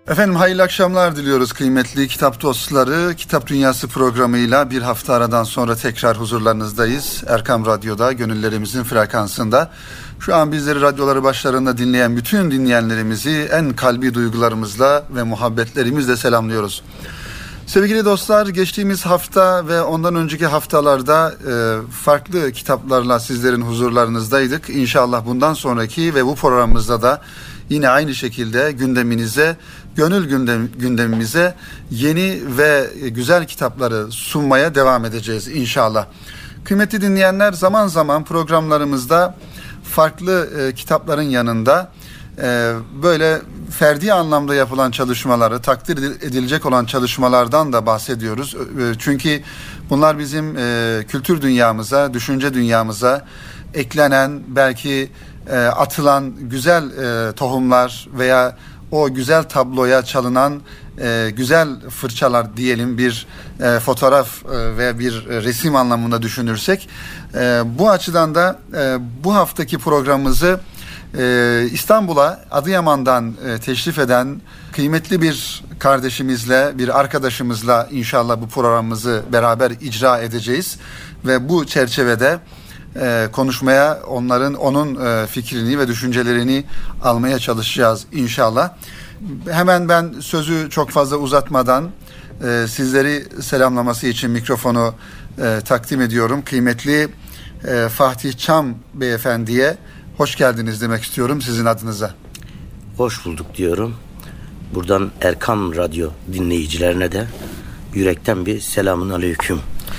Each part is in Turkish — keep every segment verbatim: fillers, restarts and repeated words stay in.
Efendim hayırlı akşamlar diliyoruz kıymetli kitap dostları. Kitap Dünyası programıyla bir hafta aradan sonra tekrar huzurlarınızdayız. Erkam Radyo'da, gönüllerimizin frekansında. Şu an bizleri radyoları başlarında dinleyen bütün dinleyenlerimizi en kalbi duygularımızla ve muhabbetlerimizle selamlıyoruz. Sevgili dostlar, geçtiğimiz hafta ve ondan önceki haftalarda e, farklı kitaplarla sizlerin huzurlarınızdaydık. İnşallah bundan sonraki ve bu programımızda da yine aynı şekilde gündeminize, gönül gündem, gündemimize yeni ve güzel kitapları sunmaya devam edeceğiz inşallah. Kıymetli dinleyenler, zaman zaman programlarımızda farklı e, kitapların yanında e, böyle ferdi anlamda yapılan çalışmaları, takdir edilecek olan çalışmalardan da bahsediyoruz. E, çünkü bunlar bizim e, kültür dünyamıza, düşünce dünyamıza eklenen, belki e, atılan güzel e, tohumlar veya o güzel tabloya çalınan e, güzel fırçalar diyelim, bir e, fotoğraf e, ve bir resim anlamında düşünürsek. E, bu açıdan da e, bu haftaki programımızı e, İstanbul'a, Adıyaman'dan e, teşrif eden kıymetli bir kardeşimizle, bir arkadaşımızla inşallah bu programımızı beraber icra edeceğiz. Ve bu çerçevede e, konuşmaya, onların onun e, fikrini ve düşüncelerini almaya çalışacağız inşallah. Hemen ben sözü çok fazla uzatmadan e, sizleri selamlaması için mikrofonu e, takdim ediyorum. Kıymetli e, Fatih Çam Beyefendi'ye hoş geldiniz demek istiyorum sizin adınıza. Hoş bulduk diyorum. Buradan Erkam Radyo dinleyicilerine de yürekten bir selamun aleyküm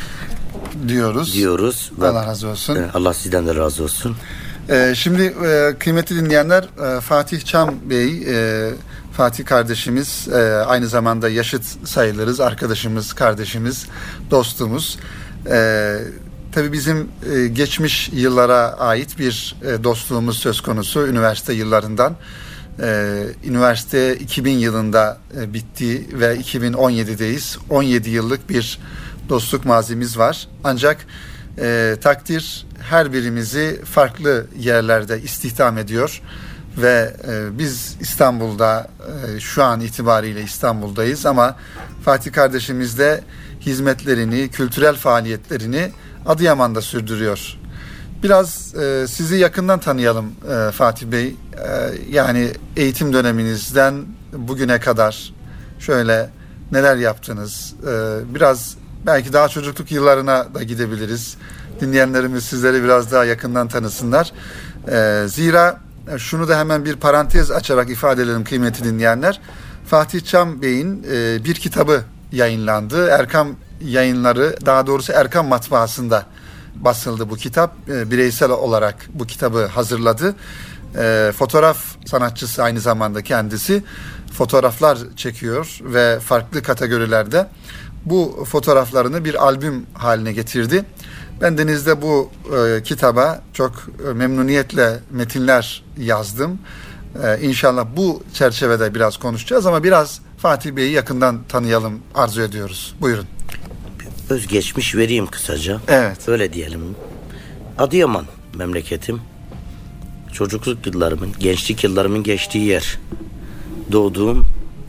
diyoruz. Diyoruz. Allah razı olsun. Allah sizden de razı olsun. Ee, şimdi e, kıymetli dinleyenler, e, Fatih Çam Bey, e, Fatih kardeşimiz, e, aynı zamanda yaşıt sayılırız, arkadaşımız, kardeşimiz, dostumuz. E, tabii bizim e, geçmiş yıllara ait bir e, dostluğumuz söz konusu, üniversite yıllarından. E, üniversite iki bin yılında e, bitti ve iki bin on yedideyiz. on yedi yıllık bir dostluk mazimiz var. Ancak e, takdir her birimizi farklı yerlerde istihdam ediyor ve e, biz İstanbul'da e, şu an itibariyle İstanbul'dayız ama Fatih kardeşimiz de hizmetlerini, kültürel faaliyetlerini Adıyaman'da sürdürüyor. Biraz e, sizi yakından tanıyalım e, Fatih Bey. E, yani eğitim döneminizden bugüne kadar şöyle neler yaptınız? E, biraz belki daha çocukluk yıllarına da gidebiliriz. Dinleyenlerimiz sizleri biraz daha yakından tanısınlar. Ee, zira şunu da hemen bir parantez açarak ifade edelim kıymetli dinleyenler. Fatih Çam Bey'in e, bir kitabı yayınlandı. Erkam Yayınları, daha doğrusu Erkam Matbaası'nda basıldı bu kitap. E, bireysel olarak bu kitabı hazırladı. E, fotoğraf sanatçısı aynı zamanda kendisi. Fotoğraflar çekiyor ve farklı kategorilerde bu fotoğraflarını bir albüm haline getirdi. Ben denizde bu e, kitaba çok e, memnuniyetle metinler yazdım. E, İnşallah bu çerçevede biraz konuşacağız ama biraz Fatih Bey'i yakından tanıyalım arzu ediyoruz. Buyurun. Özgeçmiş vereyim kısaca. Evet. Öyle diyelim. Adıyaman memleketim. Çocukluk yıllarımın, gençlik yıllarımın geçtiği yer. Doğduğum,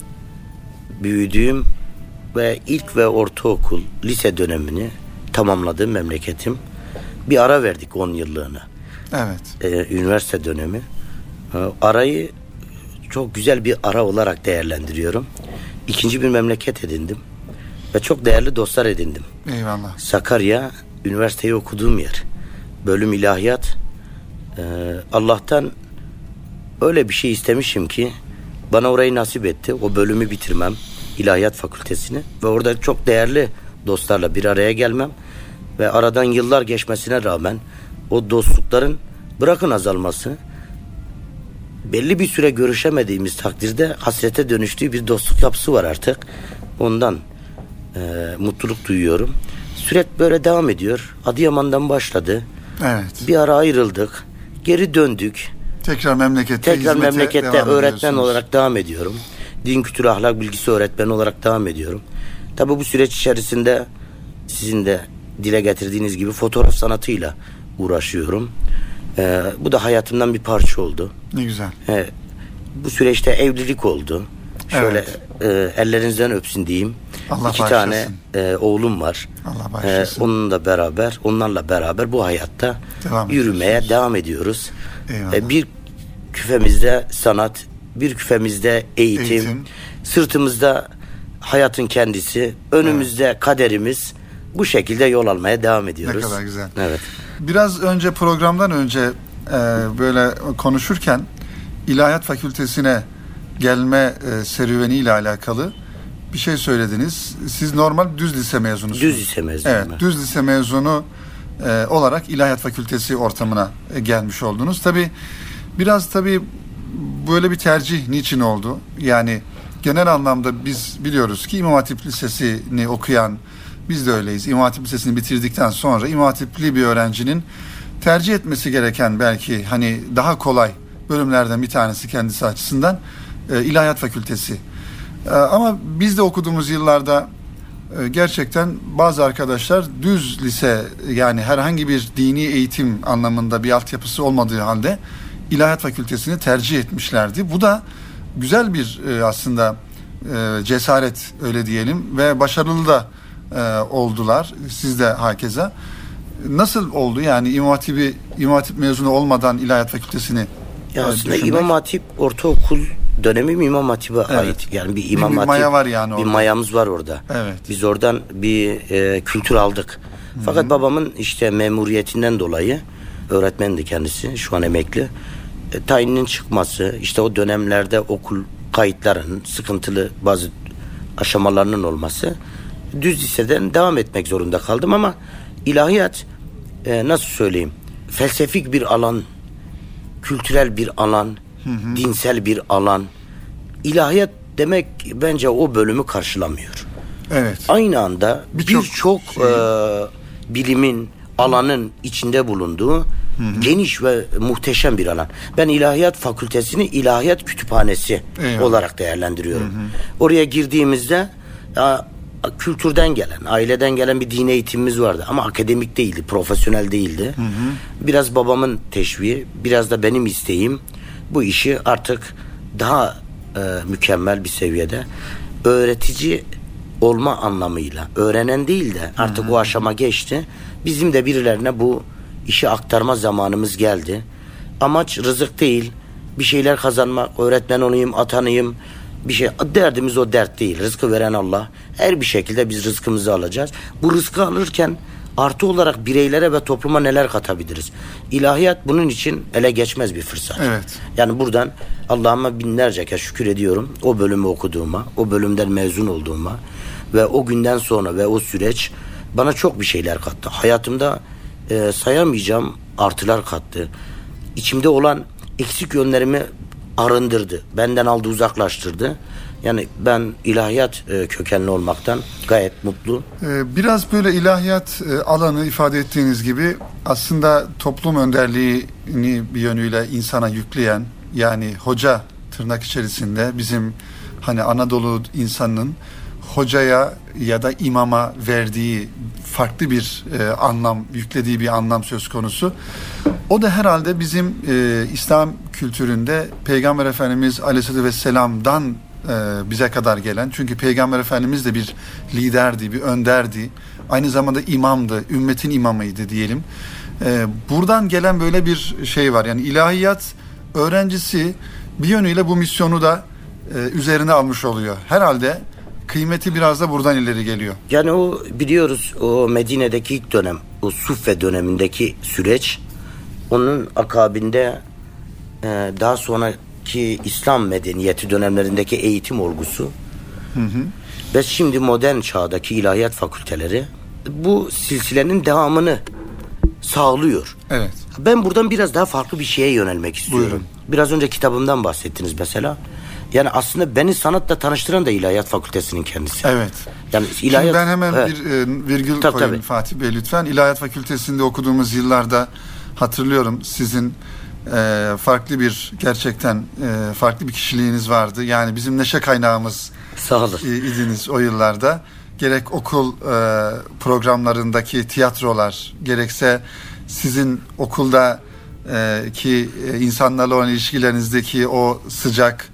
büyüdüğüm ve ilk ve ortaokul, lise dönemini tamamladığım memleketim. Bir ara verdik on yıllığına. Evet. Ee, üniversite dönemi. Ee, arayı çok güzel bir ara olarak değerlendiriyorum. İkinci bir memleket edindim. Ve çok değerli dostlar edindim. Eyvallah. Sakarya, üniversiteyi okuduğum yer. Bölüm ilahiyat. Ee, Allah'tan öyle bir şey istemişim ki bana orayı nasip etti. O bölümü bitirmem. İlahiyat Fakültesini. Ve orada çok değerli dostlarla bir araya gelmem. Ve aradan yıllar geçmesine rağmen o dostlukların bırakın azalması, belli bir süre görüşemediğimiz takdirde hasrete dönüştüğü bir dostluk yapısı var artık. Ondan e, mutluluk duyuyorum. Süreç böyle devam ediyor. Adıyaman'dan başladı. Evet. Bir ara ayrıldık. Geri döndük. Tekrar memlekette Tekrar memlekette öğretmen olarak devam ediyorum. Din kültür ahlak bilgisi öğretmeni olarak devam ediyorum. Tabii bu süreç içerisinde sizin de dile getirdiğiniz gibi fotoğraf sanatıyla uğraşıyorum. Ee, bu da hayatımdan bir parça oldu. Ne güzel. Ee, bu süreçte evlilik oldu. Şöyle Evet. e, ellerinizden öpsün diyeyim. Allah İki bağışlasın. tane e, oğlum var. Allah E, bağışlasın. onunla beraber, onlarla beraber bu hayatta Devam yürümeye ediyorsunuz. devam ediyoruz. Eyvallah. E, bir küfemizde sanat, bir küfemizde eğitim, Eğitim. sırtımızda hayatın kendisi, önümüzde kaderimiz. Bu şekilde yol almaya devam ediyoruz. Ne kadar güzel. Evet. Biraz önce programdan önce e, böyle konuşurken İlahiyat Fakültesine gelme e, serüveniyle alakalı bir şey söylediniz. Siz normal düz lise mezunusunuz. Düz lise mezunuyum Evet, ben. düz lise mezunu e, olarak İlahiyat Fakültesi ortamına e, gelmiş oldunuz. Tabii biraz tabii böyle bir tercih niçin oldu? Yani genel anlamda biz biliyoruz ki İmam Hatip Lisesi'ni okuyan, biz de öyleyiz. İmam Hatip Lisesi'ni bitirdikten sonra İmam Hatipli bir öğrencinin tercih etmesi gereken belki hani daha kolay bölümlerden bir tanesi kendisi açısından e, İlahiyat Fakültesi. E, ama biz de okuduğumuz yıllarda e, gerçekten bazı arkadaşlar düz lise, yani herhangi bir dini eğitim anlamında bir altyapısı olmadığı halde İlahiyat Fakültesini tercih etmişlerdi. Bu da güzel bir e, aslında e, cesaret, öyle diyelim, ve başarılı da e, oldular. Siz de hakeza. Nasıl oldu yani İmam Hatip'i, İmam Hatip mezunu olmadan İlahiyat Fakültesini Ya e, aslında düşünmek? İmam Hatip ortaokul dönemim İmam Hatip'e Evet. ait. Yani bir İmam bir Hatip, maya var yani bir orada. mayamız var orada. Evet. Biz oradan bir e, kültür aldık. Fakat Hı-hı. babamın işte memuriyetinden dolayı, öğretmendi kendisi, şu an emekli. E, tayinin çıkması, işte o dönemlerde okul kayıtlarının sıkıntılı bazı aşamalarının olması, düz liseden devam etmek zorunda kaldım. Ama ilahiyat e, nasıl söyleyeyim, felsefik bir alan, kültürel bir alan, hı hı. dinsel bir alan. İlahiyat demek bence o bölümü karşılamıyor. Evet. Aynı anda birçok bir şey... e, bilimin, alanın içinde bulunduğu hı hı. geniş ve muhteşem bir alan. Ben İlahiyat Fakültesini İlahiyat Kütüphanesi Eyvallah. olarak değerlendiriyorum. Hı hı. Oraya girdiğimizde ya, kültürden gelen, aileden gelen bir din eğitimimiz vardı. Ama akademik değildi, profesyonel değildi. Hı hı. Biraz babamın teşviği, biraz da benim isteğim bu işi artık daha e, mükemmel bir seviyede öğretici olma anlamıyla, öğrenen değil de artık hı hı. o aşama geçti. Bizim de birilerine bu işi aktarma zamanımız geldi. Amaç rızık değil, bir şeyler kazanmak, öğretmen olayım, atanayım, bir şey. Derdimiz o dert değil. Rızkı veren Allah. Her bir şekilde biz rızkımızı alacağız. Bu rızkı alırken artı olarak bireylere ve topluma neler katabiliriz? İlahiyat bunun için ele geçmez bir fırsat. Evet. Yani buradan Allah'ıma binlerce kez şükür ediyorum. O bölümü okuduğuma, o bölümden mezun olduğuma ve o günden sonra ve o süreç bana çok bir şeyler kattı. Hayatımda e, sayamayacağım artılar kattı. İçimde olan eksik yönlerimi arındırdı. Benden aldı, uzaklaştırdı. Yani ben ilahiyat e, kökenli olmaktan gayet mutlu. Ee, biraz böyle ilahiyat e, alanı ifade ettiğiniz gibi aslında toplum önderliğini bir yönüyle insana yükleyen, yani hoca tırnak içerisinde bizim hani Anadolu insanının hocaya ya da imama verdiği farklı bir e, anlam, yüklediği bir anlam söz konusu. O da herhalde bizim e, İslam kültüründe Peygamber Efendimiz Aleyhisselatü Vesselam'dan e, bize kadar gelen, çünkü Peygamber Efendimiz de bir liderdi, bir önderdi. Aynı zamanda imamdı, ümmetin imamıydı diyelim. E, buradan gelen böyle bir şey var. Yani ilahiyat öğrencisi bir yönüyle bu misyonu da e, üzerine almış oluyor. Herhalde kıymeti biraz da buradan ileri geliyor. Yani o biliyoruz, o Medine'deki ilk dönem, o Suffe dönemindeki süreç, onun akabinde e, daha sonraki İslam medeniyeti dönemlerindeki eğitim olgusu hı hı. ve şimdi modern çağdaki ilahiyat fakülteleri bu silsilenin devamını sağlıyor. Evet. Ben buradan biraz daha farklı bir şeye yönelmek istiyorum. Buyurun. Biraz önce kitabımdan bahsettiniz mesela. Yani aslında beni sanatla tanıştıran da İlahiyat Fakültesi'nin kendisi. Evet. Yani ilahiyat, Şimdi ben hemen evet. bir e, virgül tabii, koyayım tabii. Fatih Bey lütfen. İlahiyat Fakültesi'nde okuduğumuz yıllarda hatırlıyorum sizin e, farklı bir, gerçekten e, farklı bir kişiliğiniz vardı. Yani bizim neşe kaynağımız Sağ olun. E, idiniz o yıllarda. Gerek okul e, programlarındaki tiyatrolar, gerekse sizin okuldaki e, insanlarla olan ilişkilerinizdeki o sıcak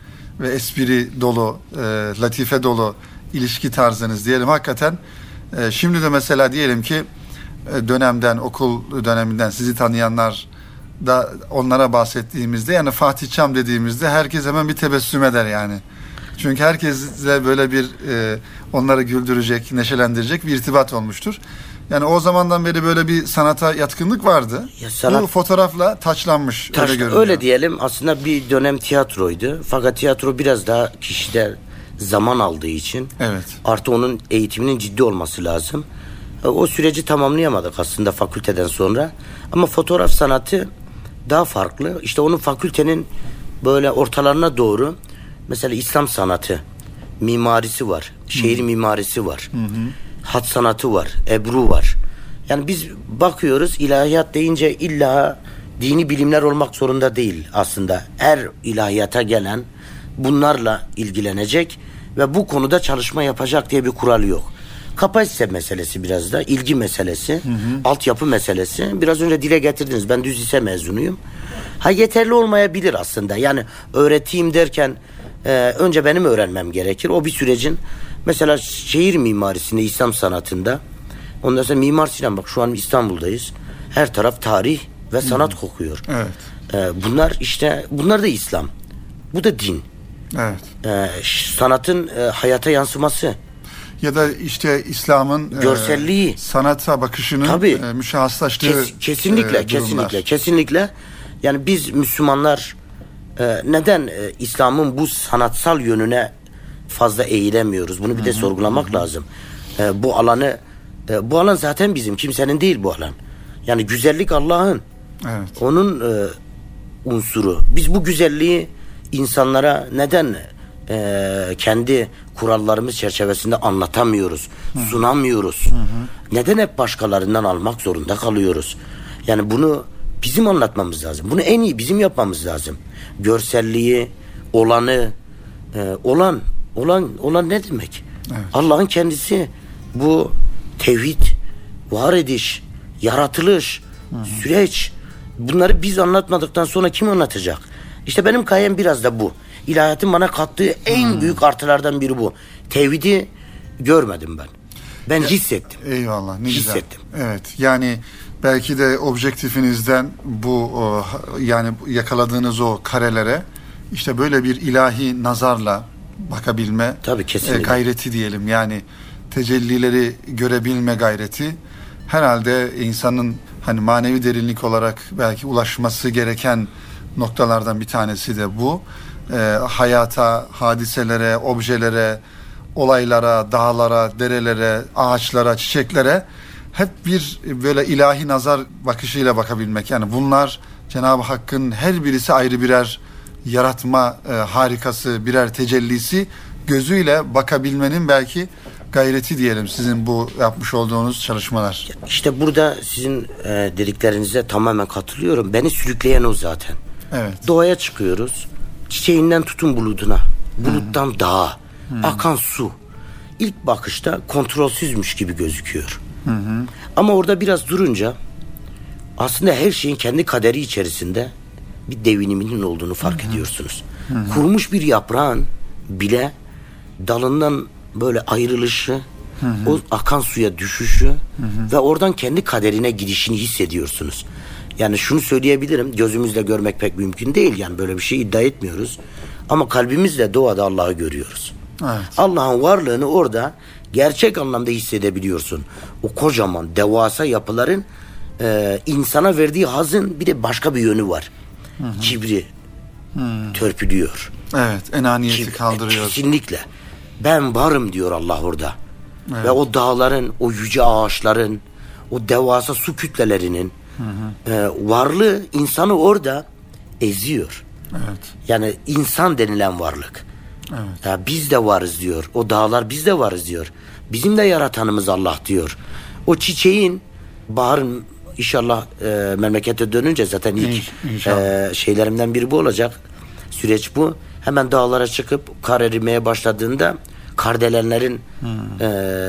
ve espri dolu, e, latife dolu ilişki tarzınız diyelim. Hakikaten e, şimdi de mesela diyelim ki e, dönemden, okul döneminden sizi tanıyanlar da onlara bahsettiğimizde, yani Fatih Çam dediğimizde herkes hemen bir tebessüm eder yani. Çünkü herkesle böyle bir e, onları güldürecek, neşelendirecek bir irtibat olmuştur. Yani o zamandan beri böyle bir sanata yatkınlık vardı. Ya sanat, bu fotoğrafla taçlanmış. Taş, öyle görünüyor. Öyle diyelim. Aslında bir dönem tiyatroydu. Fakat tiyatro biraz daha kişide zaman aldığı için. Evet. Artı onun eğitiminin ciddi olması lazım. O süreci tamamlayamadık aslında fakülteden sonra. Ama fotoğraf sanatı daha farklı. İşte onun fakültenin böyle ortalarına doğru mesela İslam sanatı, mimarisi var. Şehir hı. mimarisi var. Hı hı. Hat sanatı var. Ebru var. Yani biz bakıyoruz, ilahiyat deyince illa dini bilimler olmak zorunda değil aslında. Her ilahiyata gelen bunlarla ilgilenecek ve bu konuda çalışma yapacak diye bir kural yok. Kapasite meselesi biraz da, ilgi meselesi, hı hı. altyapı meselesi. Biraz önce dile getirdiniz. Ben düz lise mezunuyum. Ha, yeterli olmayabilir aslında. Yani öğreteyim derken e, önce benim öğrenmem gerekir. O bir sürecin, mesela şehir mimarisinde, İslam sanatında, ondan sonra Mimar Sinan, bak şu an İstanbul'dayız. Her taraf tarih ve sanat hı. kokuyor. Evet. E, bunlar işte, bunlar da İslam. Bu da din. Evet. E, sanatın e, hayata yansıması. Ya da işte İslam'ın görselliği, e, sanata bakışının tabii, e, müşahhaslaştığı kes, kesinlikle, e, kesinlikle, kesinlikle. Yani biz Müslümanlar e, neden e, İslam'ın bu sanatsal yönüne fazla eğilemiyoruz? Bunu bir de hı-hı, sorgulamak hı-hı. lazım. E, bu alanı, e, bu alan zaten bizim, kimsenin değil bu alan. Yani güzellik Allah'ın. Evet. Onun e, unsuru. Biz bu güzelliği insanlara neden e, kendi kurallarımız çerçevesinde anlatamıyoruz, hı-hı. sunamıyoruz? Hı-hı. Neden hep başkalarından almak zorunda kalıyoruz? Yani bunu bizim anlatmamız lazım. Bunu en iyi bizim yapmamız lazım. Görselliği, olanı, e, olan, olan, olan ne demek? Evet. Allah'ın kendisi. Bu tevhid, var ediş, yaratılış, hı-hı. süreç. Bunları biz anlatmadıktan sonra kim anlatacak? İşte benim gayem biraz da bu. İlahiyatın bana kattığı en hmm. büyük artılardan biri bu. Tevhidi görmedim ben. Ben hissettim. Eyvallah, ne hissettim. Güzel. Evet, yani belki de objektifinizden bu o, yani yakaladığınız o karelere işte böyle bir ilahi nazarla bakabilme tabii, kesinlikle. E, gayreti diyelim. Yani tecellileri görebilme gayreti herhalde insanın hani manevi derinlik olarak belki ulaşması gereken noktalardan bir tanesi de bu. E, hayata, hadiselere, objelere, olaylara, dağlara, derelere, ağaçlara, çiçeklere hep bir böyle ilahi nazar bakışıyla bakabilmek. Yani bunlar Cenab-ı Hakk'ın her birisi ayrı birer yaratma e, harikası, birer tecellisi gözüyle bakabilmenin belki gayreti diyelim sizin bu yapmış olduğunuz çalışmalar. İşte burada sizin e, dediklerinize tamamen katılıyorum. Beni sürükleyen o zaten. Evet. Doğaya çıkıyoruz. Çiçeğinden tutun bulutuna, buluttan Hı-hı. dağa, Hı-hı. akan su. İlk bakışta kontrolsüzmüş gibi gözüküyor. Hı-hı. Ama orada biraz durunca aslında her şeyin kendi kaderi içerisinde bir deviniminin olduğunu fark Hı-hı. ediyorsunuz. Hı-hı. Kurumuş bir yaprağın bile dalından böyle ayrılışı, Hı-hı. o akan suya düşüşü Hı-hı. ve oradan kendi kaderine gidişini hissediyorsunuz. Yani şunu söyleyebilirim, gözümüzle görmek pek mümkün değil, yani böyle bir şey iddia etmiyoruz. Ama kalbimizle doğada Allah'ı görüyoruz. Evet. Allah'ın varlığını orada gerçek anlamda hissedebiliyorsun. O kocaman, devasa yapıların e, insana verdiği hazın bir de başka bir yönü var. Hı hı. Kibri hı. törpülüyor. Evet, enaniyeti Kibri, kaldırıyor. Kesinlikle. Ben varım diyor Allah orada. Evet. Ve o dağların, o yüce ağaçların, o devasa su kütlelerinin Hı hı. E, varlığı insanı orada eziyor. Evet. Yani insan denilen varlık. Evet. Ya biz de varız diyor. O dağlar biz de varız diyor. Bizim de yaratanımız Allah diyor. O çiçeğin, baharın inşallah e, memlekete dönünce zaten ilk e, şeylerimden biri bu olacak. Süreç bu. Hemen dağlara çıkıp kar erimeye başladığında kardelenlerin e,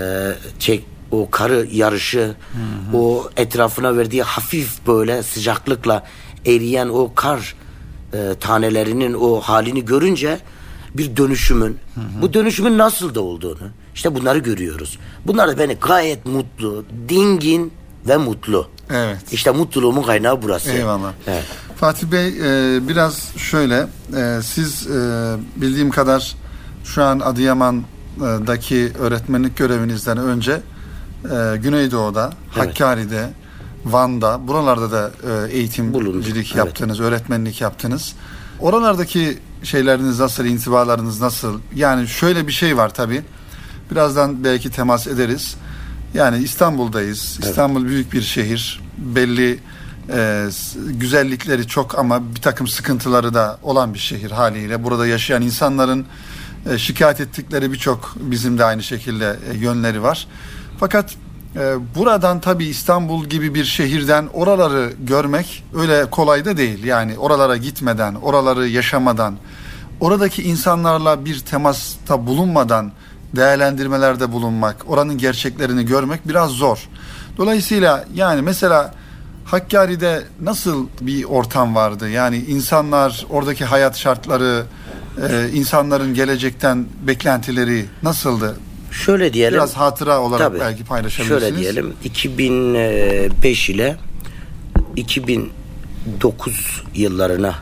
çek o karı yarışı, hı hı. o etrafına verdiği hafif böyle sıcaklıkla eriyen o kar e, tanelerinin o halini görünce bir dönüşümün, hı hı. bu dönüşümün nasıl da olduğunu, işte bunları görüyoruz. Bunlar da beni gayet mutlu, dingin ve mutlu. Evet. İşte mutluluğumun kaynağı burası. Eyvallah. Evet. Fatih Bey, e, biraz şöyle, e, siz e, bildiğim kadar şu an Adıyaman'daki öğretmenlik görevinizden önce e, Güneydoğu'da, evet. Hakkari'de, Van'da, buralarda da e, eğitimcilik evet. yaptınız, öğretmenlik yaptınız. Oralardaki şeyleriniz nasıl, intibalarınız nasıl? Yani şöyle bir şey var tabii, birazdan belki temas ederiz. Yani İstanbul'dayız. Evet. İstanbul büyük bir şehir. Belli e, güzellikleri çok ama bir takım sıkıntıları da olan bir şehir haliyle. Burada yaşayan insanların e, şikayet ettikleri birçok bizim de aynı şekilde e, yönleri var. Fakat e, buradan tabii İstanbul gibi bir şehirden oraları görmek öyle kolay da değil. Yani oralara gitmeden, oraları yaşamadan, oradaki insanlarla bir temasta bulunmadan değerlendirmelerde bulunmak, oranın gerçeklerini görmek biraz zor. Dolayısıyla yani mesela Hakkari'de nasıl bir ortam vardı? Yani insanlar, oradaki hayat şartları, e, insanların gelecekten beklentileri nasıldı? Şöyle diyelim. Biraz hatıra olarak tabii, belki paylaşabilirsiniz. Şöyle diyelim. iki bin beş ile iki bin dokuz yıllarına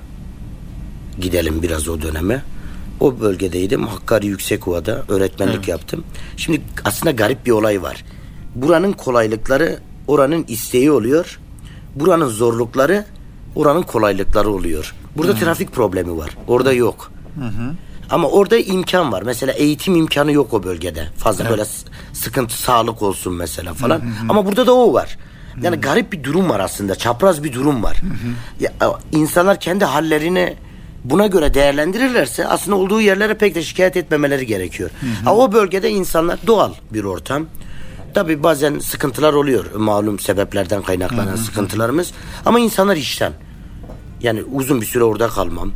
gidelim biraz o döneme. O bölgedeydim. Hakkari Yüksekova'da öğretmenlik evet. yaptım. Şimdi aslında garip bir olay var. Buranın kolaylıkları oranın isteği oluyor. Buranın zorlukları oranın kolaylıkları oluyor. Burada hı. trafik problemi var. Orada yok. Hı hı. Ama orada imkan var. Mesela eğitim imkanı yok o bölgede. Fazla evet. böyle sıkıntı, sağlık olsun mesela falan. Hı hı. Ama burada da o var. Yani hı. garip bir durum var aslında. Çapraz bir durum var. Hı hı. Ya, insanlar kendi hallerini buna göre değerlendirirlerse aslında olduğu yerlere pek de şikayet etmemeleri gerekiyor. Hı hı. Ha, o bölgede insanlar doğal bir ortam. Tabii bazen sıkıntılar oluyor. Malum sebeplerden kaynaklanan hı hı. sıkıntılarımız. Ama insanlar işten. Yani uzun bir süre orada kalmam.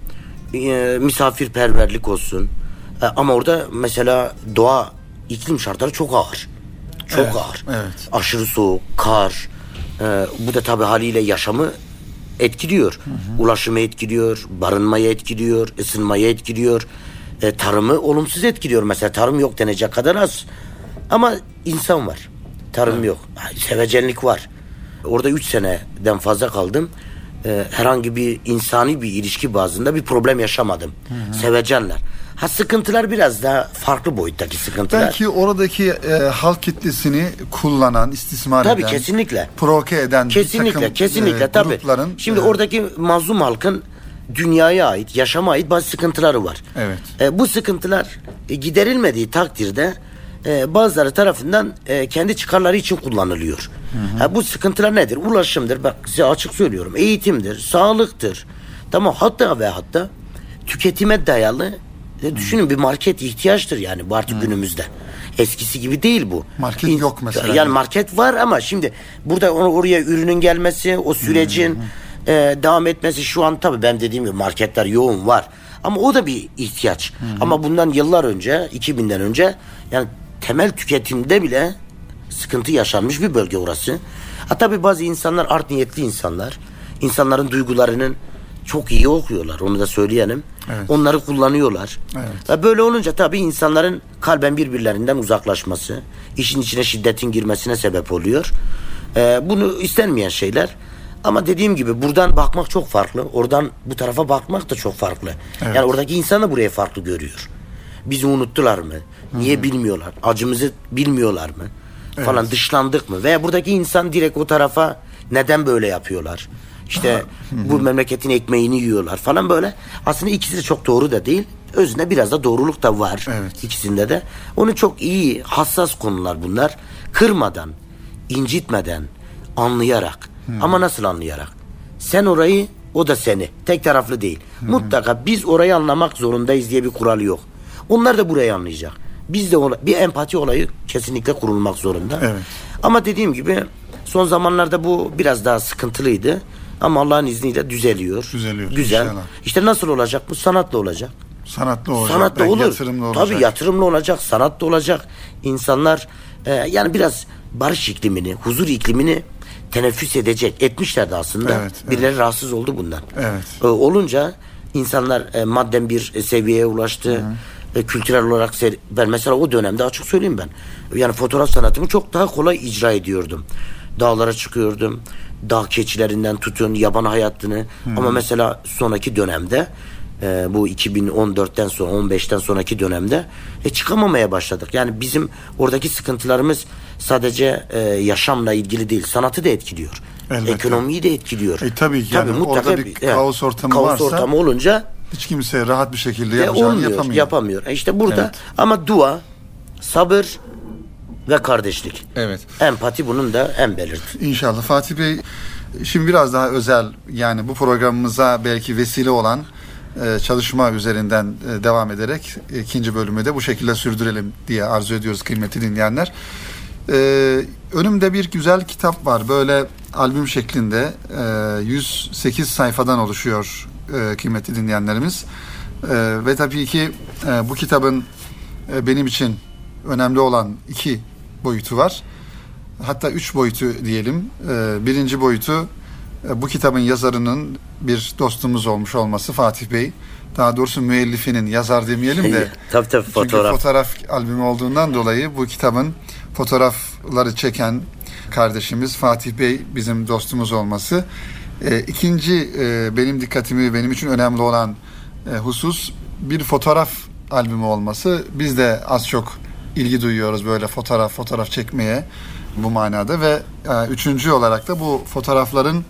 E, misafirperverlik olsun. E, ama orada mesela doğa, iklim şartları çok ağır. Çok evet, ağır. Evet. Aşırı soğuk, kar. E, bu da tabii haliyle yaşamı etkiliyor. Hı hı. Ulaşımı etkiliyor, barınmayı etkiliyor, ısınmayı etkiliyor. E, tarımı olumsuz etkiliyor. Mesela tarım yok denecek kadar az. Ama insan var. Tarım evet. yok. Sevecenlik var. Orada üç seneden fazla kaldım. E, herhangi bir insani bir ilişki bazında bir problem yaşamadım. Hı hı. Sevecenler. Ha, sıkıntılar biraz daha farklı boyuttaki sıkıntılar. Belki oradaki e, halk kitlesini kullanan, istismar tabii, eden, kesinlikle. provoke eden kesinlikle, bir takım kesinlikle, e, tabii. grupların. Şimdi e, oradaki mazlum halkın dünyaya ait, yaşama ait bazı sıkıntıları var. Evet. E, bu sıkıntılar e, giderilmediği takdirde e, bazıları tarafından e, kendi çıkarları için kullanılıyor. Hı hı. Ha, bu sıkıntılar nedir? Ulaşımdır. Bak size açık söylüyorum. Eğitimdir, sağlıktır. Tamam, hatta ve hatta tüketime dayalı. E, düşünün, bir market ihtiyaçtır yani bu artık hmm. günümüzde. Eskisi gibi değil bu. Market İn, yok mesela. Yani market var ama şimdi burada oraya ürünün gelmesi, o sürecin hmm. e, devam etmesi, şu an tabii ben dediğim gibi marketler yoğun var. Ama o da bir ihtiyaç. Hmm. Ama bundan yıllar önce, iki binden önce yani temel tüketimde bile sıkıntı yaşanmış bir bölge orası. Ha, tabii bazı insanlar art niyetli insanlar. İnsanların duygularının çok iyi okuyorlar, onu da söyleyelim. Evet. Onları kullanıyorlar. Evet. Ve böyle olunca tabii insanların kalben birbirlerinden uzaklaşması, işin içine şiddetin girmesine sebep oluyor. Ee, bunu istenmeyen şeyler. Ama dediğim gibi buradan bakmak çok farklı. Oradan bu tarafa bakmak da çok farklı. Evet. Yani oradaki insan da burayı farklı görüyor. Bizi unuttular mı? Niye Hı-hı. bilmiyorlar? Acımızı bilmiyorlar mı? Evet. Falan, dışlandık mı? Veya buradaki insan direkt o tarafa neden böyle yapıyorlar? İşte bu memleketin ekmeğini yiyorlar falan böyle. Aslında ikisi de çok doğru da değil. Özünde biraz da doğruluk da var. Evet. İkisinde de. Onu çok iyi, hassas konular bunlar. Kırmadan, incitmeden, anlayarak. Hmm. Ama nasıl anlayarak? Sen orayı, o da seni. Tek taraflı değil. Hmm. Mutlaka biz orayı anlamak zorundayız diye bir kural yok. Onlar da burayı anlayacak. Biz de ona, bir empati olayı kesinlikle kurulmak zorunda. Evet. Ama dediğim gibi son zamanlarda bu biraz daha sıkıntılıydı. Ama Allah'ın izniyle düzeliyor. Düzeliyor. Güzel. İnşallah. İşte nasıl olacak? Bu sanatla olacak. Sanatlı olacak. Sanatlı olur. Yatırımlı olacak. Tabii yatırımlı olacak. Sanatlı olacak. İnsanlar e, yani biraz barış iklimini, huzur iklimini teneffüs edecek. Etmişlerdi aslında. Evet, evet. Birileri rahatsız oldu bundan. Evet. E, olunca insanlar e, madden bir e, seviyeye ulaştı. E, kültürel olarak ser- ben mesela o dönemde açık söyleyeyim ben. Yani fotoğraf sanatımı çok daha kolay icra ediyordum. Dağlara çıkıyordum. Dağ keçilerinden tutun yaban hayatını. Hmm. Ama mesela sonraki dönemde e, bu iki bin on dörtten sonra on beşten sonraki dönemde e, çıkamamaya başladık. Yani bizim oradaki sıkıntılarımız sadece e, yaşamla ilgili değil, sanatı da etkiliyor. Elbette. Ekonomiyi de etkiliyor. E, tabii ki yani mutlaka orada bir kaos ortamı kaos varsa ortamı olunca hiç kimse rahat bir şekilde yapacağını olmuyor, yapamıyor. yapamıyor. E işte burada evet. Ama dua, sabır ve kardeşlik. Evet. Empati bunun da en belirti. İnşallah. Fatih Bey, şimdi biraz daha özel, yani bu programımıza belki vesile olan e, çalışma üzerinden e, devam ederek e, ikinci bölümü de bu şekilde sürdürelim diye arzu ediyoruz kıymetli dinleyenler. E, önümde bir güzel kitap var. Böyle albüm şeklinde e, yüz sekiz sayfadan oluşuyor e, kıymetli dinleyenlerimiz. E, ve tabii ki e, bu kitabın e, benim için önemli olan iki boyutu var. Hatta üç boyutu diyelim. E, birinci boyutu e, bu kitabın yazarının bir dostumuz olmuş olması, Fatih Bey. Daha doğrusu müellifinin, yazar demeyelim de. Tabii tabii, fotoğraf. Çünkü fotoğraf albümü olduğundan dolayı bu kitabın fotoğrafları çeken kardeşimiz Fatih Bey bizim dostumuz olması. E, ikinci e, benim dikkatimi, benim için önemli olan e, husus bir fotoğraf albümü olması. Biz de az çok ilgi duyuyoruz böyle fotoğraf fotoğraf çekmeye bu manada ve e, üçüncü olarak da bu fotoğrafların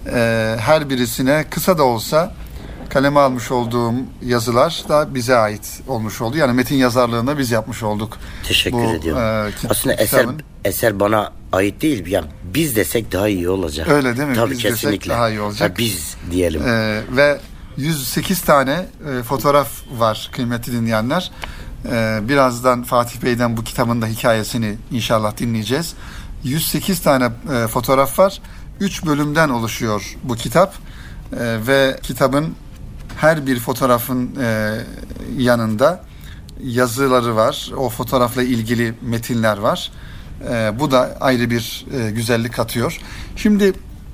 e, her birisine kısa da olsa kaleme almış olduğum yazılar da bize ait olmuş oldu. Yani metin yazarlığını biz yapmış olduk. Teşekkür bu, ediyorum. E, Aslında eser eser bana ait değil. Yani biz desek daha iyi olacak. Öyle değil mi? Tabii biz kesinlikle. desek daha iyi olacak. Ha, biz diyelim. E, ve yüz sekiz tane e, fotoğraf var kıymetli dinleyenler. E, birazdan Fatih Bey'den bu kitabın da hikayesini inşallah dinleyeceğiz. yüz sekiz tane e, fotoğraf var. üç bölümden oluşuyor bu kitap. E, ve kitabın her bir fotoğrafın e, yanında yazıları var. O fotoğrafla ilgili metinler var. E, bu da ayrı bir e, güzellik katıyor. Şimdi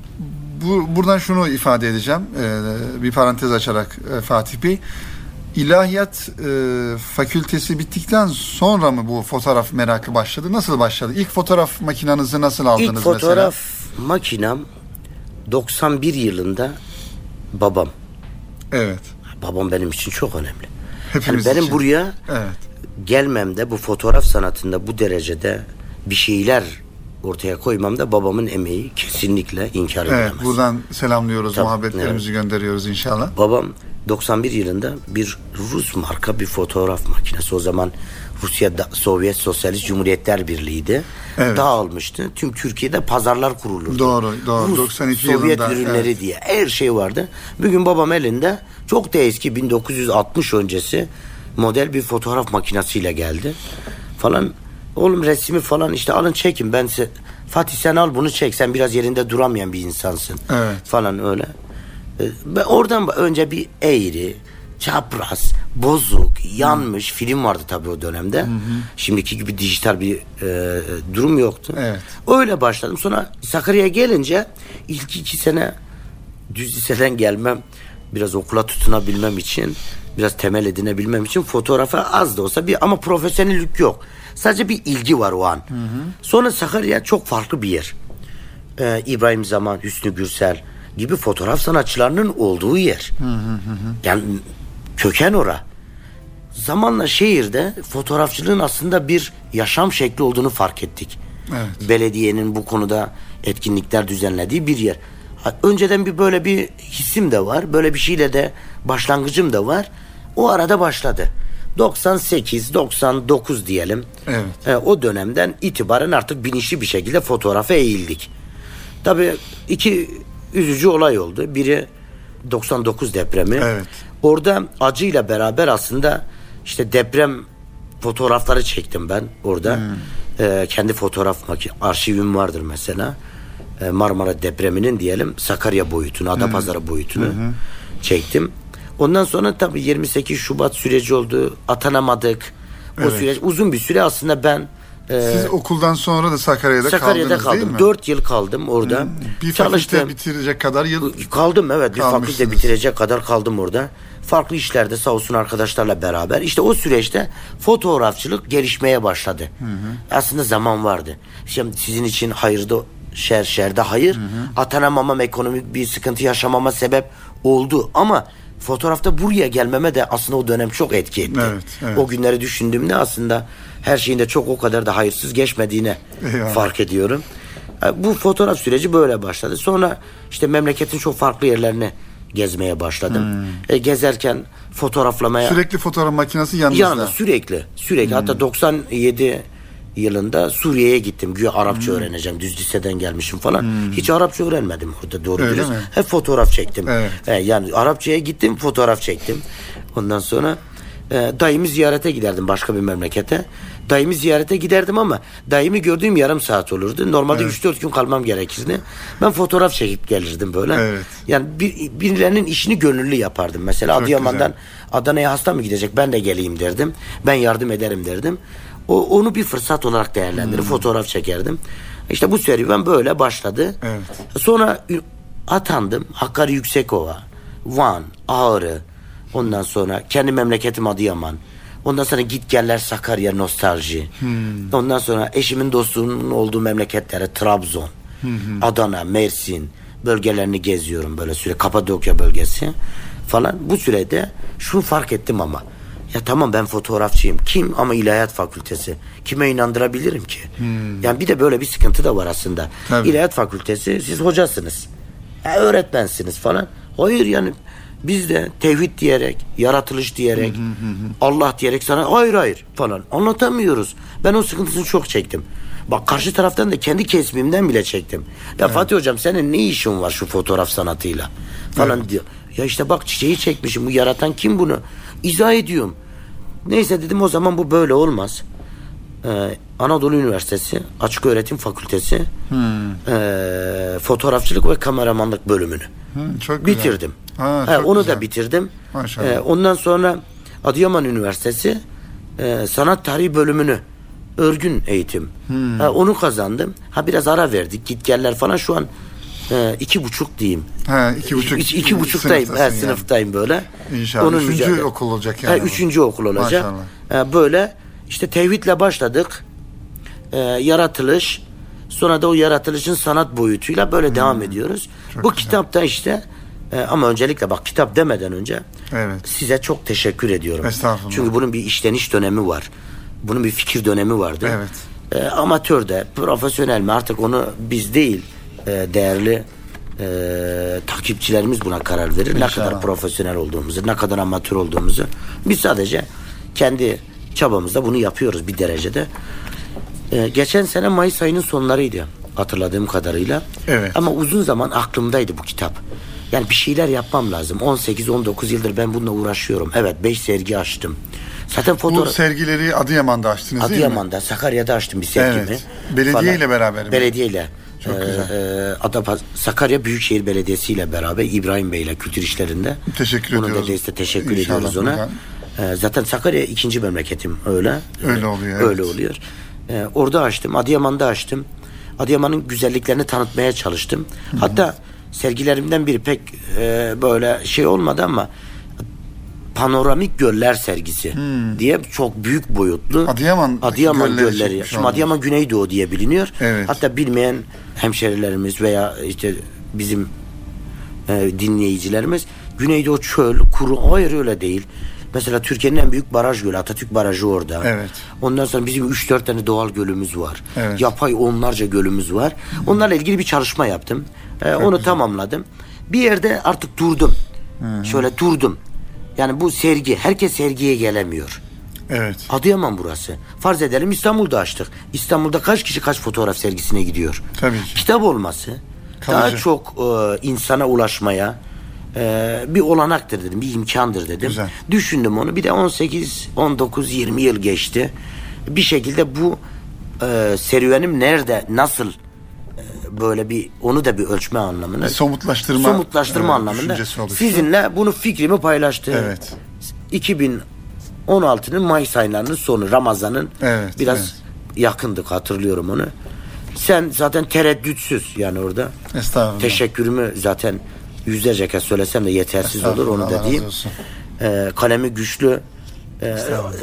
bu, buradan şunu ifade edeceğim. E, bir parantez açarak e, Fatih Bey. İlahiyat e, fakültesi bittikten sonra mı bu fotoğraf merakı başladı? Nasıl başladı? İlk fotoğraf makinenizi nasıl aldınız mesela? İlk fotoğraf mesela? Makinem doksan bir yılında babam. Evet. Babam benim için çok önemli. Hepimiz yani benim için. buraya evet. gelmemde, bu fotoğraf sanatında bu derecede bir şeyler ortaya koymamda babamın emeği kesinlikle inkar edilemez. Evet, buradan selamlıyoruz, Tabii, muhabbetlerimizi evet. gönderiyoruz inşallah. Babam doksan bir yılında bir Rus marka bir fotoğraf makinesi, o zaman Rusya Sovyet Sosyalist Cumhuriyetler Birliği'ydi. Evet. Dağılmıştı. Tüm Türkiye'de pazarlar kurulurdu. Doğru, doğru. Rus, doksan iki Sovyet yılında, ürünleri evet. diye her şey vardı. Bugün babam elinde çok da eski bin dokuz yüz altmış öncesi model bir fotoğraf makinesiyle geldi. Falan, oğlum resmi falan işte alın çekin, ben size, Fatih sen al bunu çek, sen biraz yerinde duramayan bir insansın. Evet. Falan öyle. Ve oradan önce bir eğri, çapraz, bozuk, yanmış hmm. film vardı tabii o dönemde. Hı hı. Şimdiki gibi dijital bir e, durum yoktu. Evet. Öyle başladım. Sonra Sakarya'ya gelince ilk iki sene düz liseden gelmem, biraz okula tutunabilmem için, biraz temel edinebilmem için fotoğrafa az da olsa bir, ama profesyonellik yok. Sadece bir ilgi var o an. Hı hı. Sonra Sakarya çok farklı bir yer. Ee, İbrahim Zaman, Hüsnü Gürsel gibi fotoğraf sanatçılarının olduğu yer. Hı hı hı. Yani köken ora. Zamanla şehirde fotoğrafçılığın aslında bir yaşam şekli olduğunu fark ettik. Evet. Belediyenin bu konuda etkinlikler düzenlediği bir yer. Önceden bir böyle bir hissim de var. Böyle bir şeyle de başlangıcım da var. O arada başladı. doksan sekiz doksan dokuz diyelim. Evet. E, o dönemden itibaren artık bilinçli bir şekilde fotoğrafa eğildik. Tabii iki üzücü olay oldu. Biri doksan dokuz depremi. Evet. Orada acıyla beraber aslında işte deprem fotoğrafları çektim ben orada. Hmm. E, kendi fotoğraf arşivim vardır mesela. E, Marmara depreminin diyelim Sakarya boyutunu, Adapazarı hmm. boyutunu hmm. çektim. Ondan sonra tabii yirmi sekiz Şubat süreci oldu. Atanamadık. O evet. süreç uzun bir süre aslında ben Siz okuldan sonra da Sakarya'da, Sakarya'da kaldınız kaldım. değil mi? dört yıl kaldım orada. Hmm, bir Çalıştım. fakülte bitirecek kadar yıl kaldım, evet. Bir fakülte kalmışsınız. bitirecek kadar kaldım orada. Farklı işlerde sağ olsun arkadaşlarla beraber. İşte o süreçte fotoğrafçılık gelişmeye başladı. Hı hı. Aslında zaman vardı. Şimdi sizin için hayırda şer, şerde hayır. Hı hı. Atanamamam, ekonomik bir sıkıntı yaşamama sebep oldu. Ama fotoğrafta buraya gelmeme de aslında o dönem çok etki etti. Evet, evet. O günleri düşündüğümde aslında her şeyin de çok o kadar da hayırsız geçmediğine Eyvallah. fark ediyorum. Bu fotoğraf süreci böyle başladı. Sonra işte memleketin çok farklı yerlerine gezmeye başladım. Hmm. E, gezerken fotoğraflamaya... Sürekli fotoğraf makinesi yanınızda. Yanında sürekli. Sürekli. Hmm. Hatta doksan yedi yılında Suriye'ye gittim. Güya Arapça hmm. öğreneceğim. Düz liseden gelmişim falan. Hmm. Hiç Arapça öğrenmedim orada, doğru dürüst. Hep fotoğraf çektim. Evet. E, yani Arapçaya gittim, fotoğraf çektim. Ondan sonra e, dayımı ziyarete giderdim başka bir memlekete. Dayımı ziyarete giderdim ama dayımı gördüğüm yarım saat olurdu. Normalde evet. üç dört gün kalmam gerekirdi. Ben fotoğraf çekip gelirdim böyle. Evet. Yani bir, birilerinin işini gönüllü yapardım. Mesela çok Adıyaman'dan güzel. Adana'ya hasta mı gidecek? Ben de geleyim derdim. Ben yardım ederim derdim. O, onu bir fırsat olarak değerlendirip hmm. fotoğraf çekerdim. İşte bu serüven böyle başladı. Evet. Sonra atandım. Hakkari Yüksekova, Van, Ağrı. Ondan sonra kendi memleketim Adıyaman. Ondan sonra git geller Sakarya, nostalji. Hmm. Ondan sonra eşimin dostunun olduğu memleketlere Trabzon, hmm. Adana, Mersin bölgelerini geziyorum böyle süre. Kapadokya bölgesi falan. Bu sürede şunu fark ettim ama. Ya tamam, ben fotoğrafçıyım. Kim? Ama İlahiyat Fakültesi. Kime inandırabilirim ki? Hmm. Yani bir de böyle bir sıkıntı da var aslında. Tabii. İlahiyat Fakültesi, siz hocasınız. Ya öğretmensiniz falan. Hayır yani biz de tevhid diyerek, yaratılış diyerek, hı hı hı. Allah diyerek sana hayır hayır falan anlatamıyoruz. Ben o sıkıntısını çok çektim. Bak karşı taraftan da kendi kesmimden bile çektim. Ya evet. Fatih hocam senin ne işin var şu fotoğraf sanatıyla falan evet. diyor. Ya işte bak çiçeği çekmişim, bu yaratan kim bunu? İzah ediyorum. Neyse dedim, o zaman bu böyle olmaz. Ee, Anadolu Üniversitesi Açık Öğretim Fakültesi hmm. e, fotoğrafçılık ve kameramanlık bölümünü hmm, çok bitirdim. Ha, ha, onu güzel. da bitirdim. Ee, ondan sonra Adıyaman Üniversitesi e, sanat tarihi bölümünü, örgün eğitim. Hmm. Ha, onu kazandım. Ha biraz ara verdik, git geller falan. Şu an e, iki buçuk diyeyim. Ha, iki buçuk. İki, iki buçuktayım. Ha, sınıftayım yani. Böyle. İnşallah. Onun üçüncü mücadele. okul olacak yani. Ha, üçüncü okul olacak. Ha, böyle işte tevhidle başladık. E, yaratılış. Sonra da o yaratılışın sanat boyutuyla böyle hmm. devam ediyoruz. Çok bu güzel. Kitapta işte e, ama öncelikle bak, kitap demeden önce evet. size çok teşekkür ediyorum. Estağfurullah. Çünkü bunun bir işleniş dönemi var. Bunun bir fikir dönemi vardı. Evet. E, amatör de, profesyonel mi artık onu biz değil e, değerli e, takipçilerimiz buna karar verir. İnşallah. Ne kadar profesyonel olduğumuzu, ne kadar amatör olduğumuzu. Biz sadece kendi çabamızda bunu yapıyoruz bir derecede. Ee, geçen sene Mayıs ayının sonlarıydı hatırladığım kadarıyla. Evet. Ama uzun zaman aklımdaydı bu kitap. Yani bir şeyler yapmam lazım. on sekiz on dokuz yıldır ben bununla uğraşıyorum. Evet, beş sergi açtım. Zaten fotoğraf... Bu sergileri Adıyaman'da açtınız Adıyaman'da, değil mi? Adıyaman'da, Sakarya'da açtım bir sergimi. Evet. Belediye ile beraber mi? Belediye ile. Çok ee, güzel. E, Adapa, Sakarya Büyükşehir Belediyesi ile beraber İbrahim Bey ile kültür işlerinde. Teşekkür Onun ediyoruz. Onun da teşekkür İnşallah ediyoruz ona. Ee, zaten Sakarya ikinci memleketim öyle. Öyle oluyor. Öyle evet. oluyor. Ee, orada açtım. Adıyaman'da açtım. Adıyaman'ın güzelliklerini tanıtmaya çalıştım. Hı-hı. Hatta sergilerimden biri pek e, böyle şey olmadı ama panoramik göller sergisi hmm. diye çok büyük boyutlu Adıyaman, Adıyaman gölleri. gölleri. Şimdi Adıyaman Güneydoğu diye biliniyor. Evet. Hatta bilmeyen hemşerilerimiz veya işte bizim e, dinleyicilerimiz, Güneydoğu çöl, kuru, hayır öyle değil. Mesela Türkiye'nin en büyük baraj gölü, Atatürk Barajı orada. Evet. Ondan sonra bizim üç dört tane doğal gölümüz var. Evet. Yapay onlarca gölümüz var. Onlarla ilgili bir çalışma yaptım. Ee, onu güzel. tamamladım. Bir yerde artık durdum. Hı-hı. Şöyle durdum. Yani bu sergi, herkes sergiye gelemiyor. Evet. Adıyaman burası. Farz edelim İstanbul'da açtık. İstanbul'da kaç kişi kaç fotoğraf sergisine gidiyor? Tabii ki. Kitap olması Kalıcı. daha çok e, insana ulaşmaya Ee, bir olanaktır dedim, bir imkandır dedim. Güzel. Düşündüm onu. Bir de on sekiz on dokuz yirmi yıl geçti. Bir şekilde bu e, serüvenim nerede, nasıl e, böyle bir, onu da bir ölçme anlamında. Bir somutlaştırma. Somutlaştırma e, anlamında. Sizinle bunu, fikrimi paylaştım. Evet. iki bin on altının Mayıs aylarının sonu, Ramazan'ın evet, biraz yakındık, hatırlıyorum onu. Sen zaten tereddütsüz yani orada. Estağfurullah. Teşekkürümü zaten yüzlerce kez söylesem de yetersiz olur, onu da diyeyim. Ee, kalemi güçlü. Ee,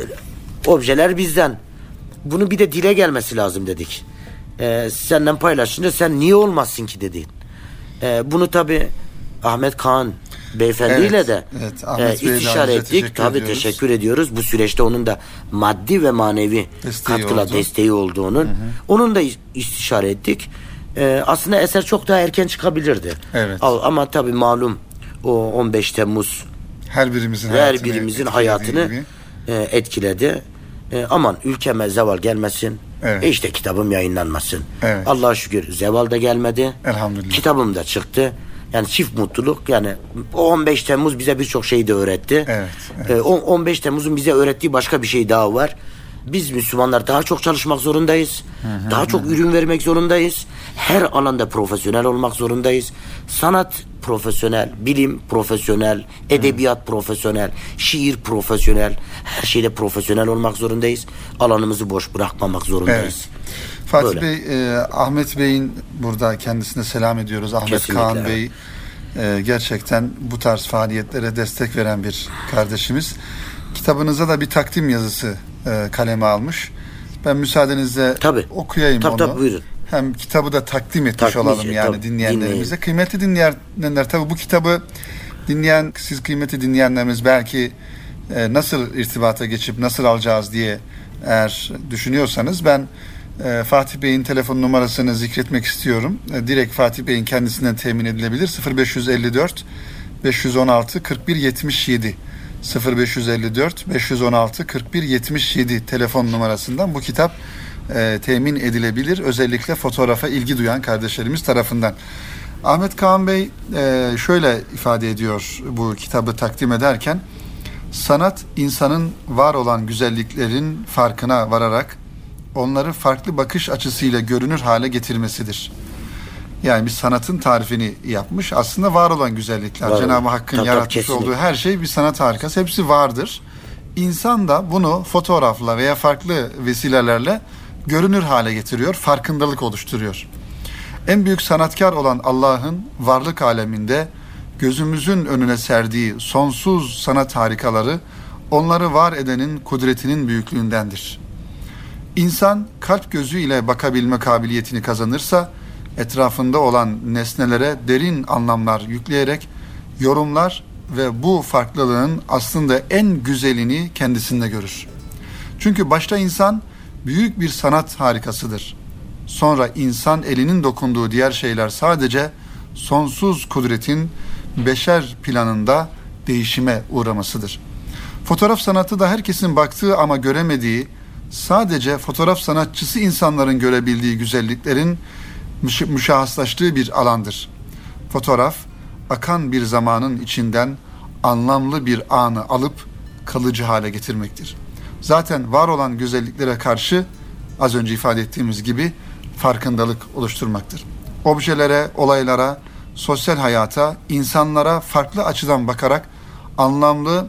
objeler bizden. Bunu bir de dile gelmesi lazım dedik. Ee, senden paylaşınca sen niye olmazsın ki dedin. Ee, bunu tabi Ahmet Kaan beyefendiyle evet, de evet, e, istişare ettik. Tabi teşekkür ediyoruz. Bu süreçte onun da maddi ve manevi desteği katkıla oldu. desteği olduğunun. Hı hı. Onun da istişare ettik. Ee, aslında eser çok daha erken çıkabilirdi. Evet. Ama tabi malum o on beş Temmuz her birimizin her hayatını birimizin hayatını e, etkiledi. E, aman ülkeme zeval gelmesin. Evet. E işte kitabım yayınlanmasın. Evet. Allah'a şükür zeval da gelmedi. Elhamdülillah. Kitabım da çıktı. Yani çift mutluluk. Yani o on beş Temmuz bize birçok şeyi de öğretti. Evet, evet. E, on beş Temmuz'un bize öğrettiği başka bir şey daha var. Biz Müslümanlar daha çok çalışmak zorundayız. Hı hı, daha hı. çok ürün vermek zorundayız. Her alanda profesyonel olmak zorundayız. Sanat profesyonel, bilim profesyonel, edebiyat hı. profesyonel, şiir profesyonel. Her şeyde profesyonel olmak zorundayız. Alanımızı boş bırakmamak zorundayız. Evet. Fatih Böyle. Bey, e, Ahmet Bey'in burada kendisine selam ediyoruz. Ahmet Kesinlikle. Kaan Bey e, gerçekten bu tarz faaliyetlere destek veren bir kardeşimiz. Kitabınıza da bir takdim yazısı e, kaleme almış. Ben müsaadenizle tabii. okuyayım tabii, onu. Tabii, buyurun. Hem kitabı da takdim etmiş Takdim olalım yani tabii, dinleyenlerimize. Dinleyin. Kıymetli dinleyenler, tabii bu kitabı dinleyen, siz kıymetli dinleyenlerimiz belki e, nasıl irtibata geçip nasıl alacağız diye eğer düşünüyorsanız ben e, Fatih Bey'in telefon numarasını zikretmek istiyorum. E, direkt Fatih Bey'in kendisinden temin edilebilir. sıfır beş elli dört beş yüz on altı kırk bir yetmiş yedi sıfır beş elli dört beş yüz on altı kırk bir yetmiş yedi telefon numarasından bu kitap e, temin edilebilir. Özellikle fotoğrafa ilgi duyan kardeşlerimiz tarafından. Ahmet Kaan Bey e, şöyle ifade ediyor bu kitabı takdim ederken: sanat insanın var olan güzelliklerin farkına vararak onları farklı bakış açısıyla görünür hale getirmesidir. Yani bir sanatın tarifini yapmış. Aslında var olan güzellikler, var Cenab-ı Hakk'ın tabii, yaratmış kesinlikle. olduğu her şey bir sanat harikası. Hepsi vardır. İnsan da bunu fotoğrafla veya farklı vesilelerle görünür hale getiriyor, farkındalık oluşturuyor. En büyük sanatkar olan Allah'ın varlık aleminde gözümüzün önüne serdiği sonsuz sanat harikaları onları var edenin kudretinin büyüklüğündendir. İnsan kalp gözüyle bakabilme kabiliyetini kazanırsa etrafında olan nesnelere derin anlamlar yükleyerek yorumlar ve bu farklılığın aslında en güzelini kendisinde görür. Çünkü başta insan büyük bir sanat harikasıdır. Sonra insan elinin dokunduğu diğer şeyler sadece sonsuz kudretin beşer planında değişime uğramasıdır. Fotoğraf sanatı da herkesin baktığı ama göremediği, sadece fotoğraf sanatçısı insanların görebildiği güzelliklerin müş- müşahhaslaştığı bir alandır. Fotoğraf, akan bir zamanın içinden anlamlı bir anı alıp kalıcı hale getirmektir. Zaten var olan güzelliklere karşı az önce ifade ettiğimiz gibi farkındalık oluşturmaktır. Objelere, olaylara, sosyal hayata, insanlara farklı açıdan bakarak anlamlı